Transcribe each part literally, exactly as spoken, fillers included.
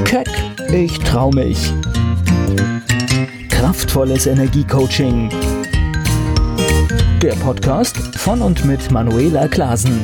Keck, ich trau mich. Kraftvolles Energiecoaching. Der Podcast von und mit Manuela Klasen.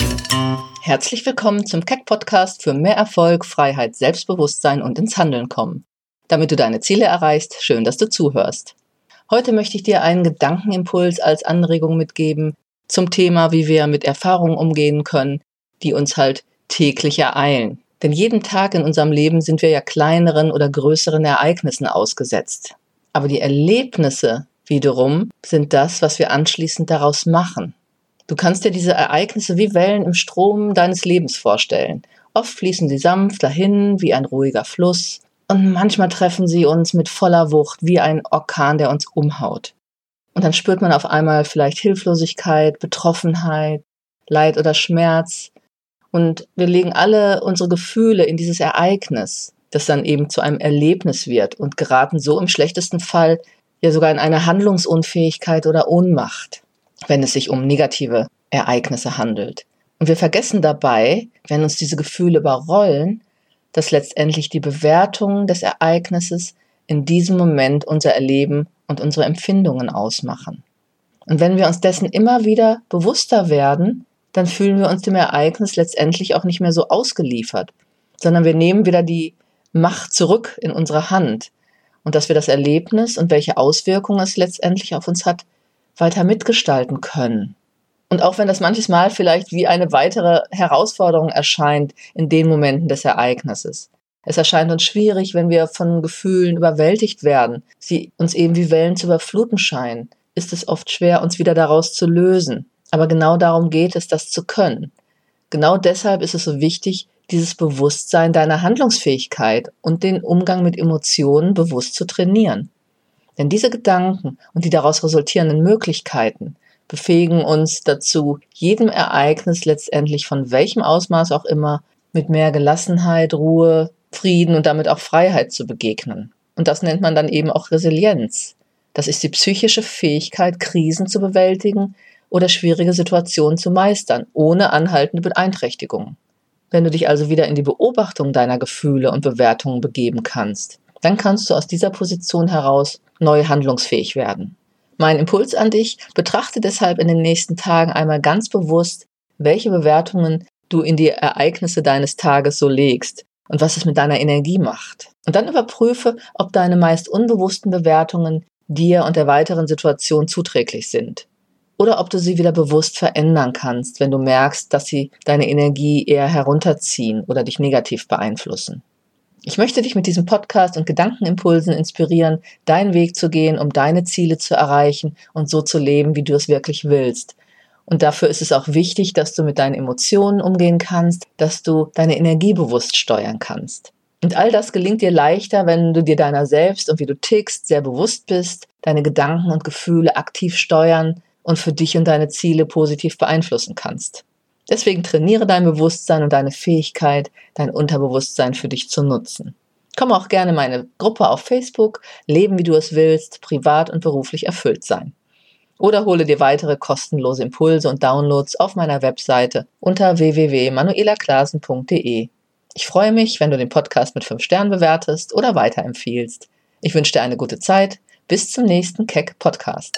Herzlich willkommen zum Keck-Podcast für mehr Erfolg, Freiheit, Selbstbewusstsein und ins Handeln kommen. Damit du deine Ziele erreichst, schön, dass du zuhörst. Heute möchte ich dir einen Gedankenimpuls als Anregung mitgeben zum Thema, wie wir mit Erfahrungen umgehen können, die uns halt täglich ereilen. Denn jeden Tag in unserem Leben sind wir ja kleineren oder größeren Ereignissen ausgesetzt. Aber die Erlebnisse wiederum sind das, was wir anschließend daraus machen. Du kannst dir diese Ereignisse wie Wellen im Strom deines Lebens vorstellen. Oft fließen sie sanft dahin wie ein ruhiger Fluss und manchmal treffen sie uns mit voller Wucht wie ein Orkan, der uns umhaut. Und dann spürt man auf einmal vielleicht Hilflosigkeit, Betroffenheit, Leid oder Schmerz. Und wir legen alle unsere Gefühle in dieses Ereignis, das dann eben zu einem Erlebnis wird und geraten so im schlechtesten Fall ja sogar in eine Handlungsunfähigkeit oder Ohnmacht, wenn es sich um negative Ereignisse handelt. Und wir vergessen dabei, wenn uns diese Gefühle überrollen, dass letztendlich die Bewertung des Ereignisses in diesem Moment unser Erleben und unsere Empfindungen ausmachen. Und wenn wir uns dessen immer wieder bewusster werden, dann fühlen wir uns dem Ereignis letztendlich auch nicht mehr so ausgeliefert, sondern wir nehmen wieder die Macht zurück in unsere Hand und dass wir das Erlebnis und welche Auswirkungen es letztendlich auf uns hat, weiter mitgestalten können. Und auch wenn das manches Mal vielleicht wie eine weitere Herausforderung erscheint in den Momenten des Ereignisses. Es erscheint uns schwierig, wenn wir von Gefühlen überwältigt werden, sie uns eben wie Wellen zu überfluten scheinen, ist es oft schwer, uns wieder daraus zu lösen. Aber genau darum geht es, das zu können. Genau deshalb ist es so wichtig, dieses Bewusstsein deiner Handlungsfähigkeit und den Umgang mit Emotionen bewusst zu trainieren. Denn diese Gedanken und die daraus resultierenden Möglichkeiten befähigen uns dazu, jedem Ereignis letztendlich von welchem Ausmaß auch immer mit mehr Gelassenheit, Ruhe, Frieden und damit auch Freiheit zu begegnen. Und das nennt man dann eben auch Resilienz. Das ist die psychische Fähigkeit, Krisen zu bewältigen oder schwierige Situationen zu meistern, ohne anhaltende Beeinträchtigungen. Wenn du dich also wieder in die Beobachtung deiner Gefühle und Bewertungen begeben kannst, dann kannst du aus dieser Position heraus neu handlungsfähig werden. Mein Impuls an dich: betrachte deshalb in den nächsten Tagen einmal ganz bewusst, welche Bewertungen du in die Ereignisse deines Tages so legst und was es mit deiner Energie macht. Und dann überprüfe, ob deine meist unbewussten Bewertungen dir und der weiteren Situation zuträglich sind. Oder ob du sie wieder bewusst verändern kannst, wenn du merkst, dass sie deine Energie eher herunterziehen oder dich negativ beeinflussen. Ich möchte dich mit diesem Podcast und Gedankenimpulsen inspirieren, deinen Weg zu gehen, um deine Ziele zu erreichen und so zu leben, wie du es wirklich willst. Und dafür ist es auch wichtig, dass du mit deinen Emotionen umgehen kannst, dass du deine Energie bewusst steuern kannst. Und all das gelingt dir leichter, wenn du dir deiner selbst und wie du tickst sehr bewusst bist, deine Gedanken und Gefühle aktiv steuern und für dich und deine Ziele positiv beeinflussen kannst. Deswegen trainiere dein Bewusstsein und deine Fähigkeit, dein Unterbewusstsein für dich zu nutzen. Komm auch gerne in meine Gruppe auf Facebook, Leben wie du es willst, privat und beruflich erfüllt sein. Oder hole dir weitere kostenlose Impulse und Downloads auf meiner Webseite unter w w w punkt manuela klasen punkt d e. Ich freue mich, wenn du den Podcast mit fünf Sternen bewertest oder weiterempfiehlst. Ich wünsche dir eine gute Zeit. Bis zum nächsten Keck-Podcast.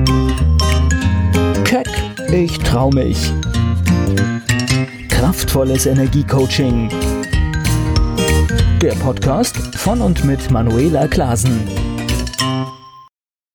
Keck, ich trau mich. Kraftvolles Energiecoaching. Der Podcast von und mit Manuela Klasen.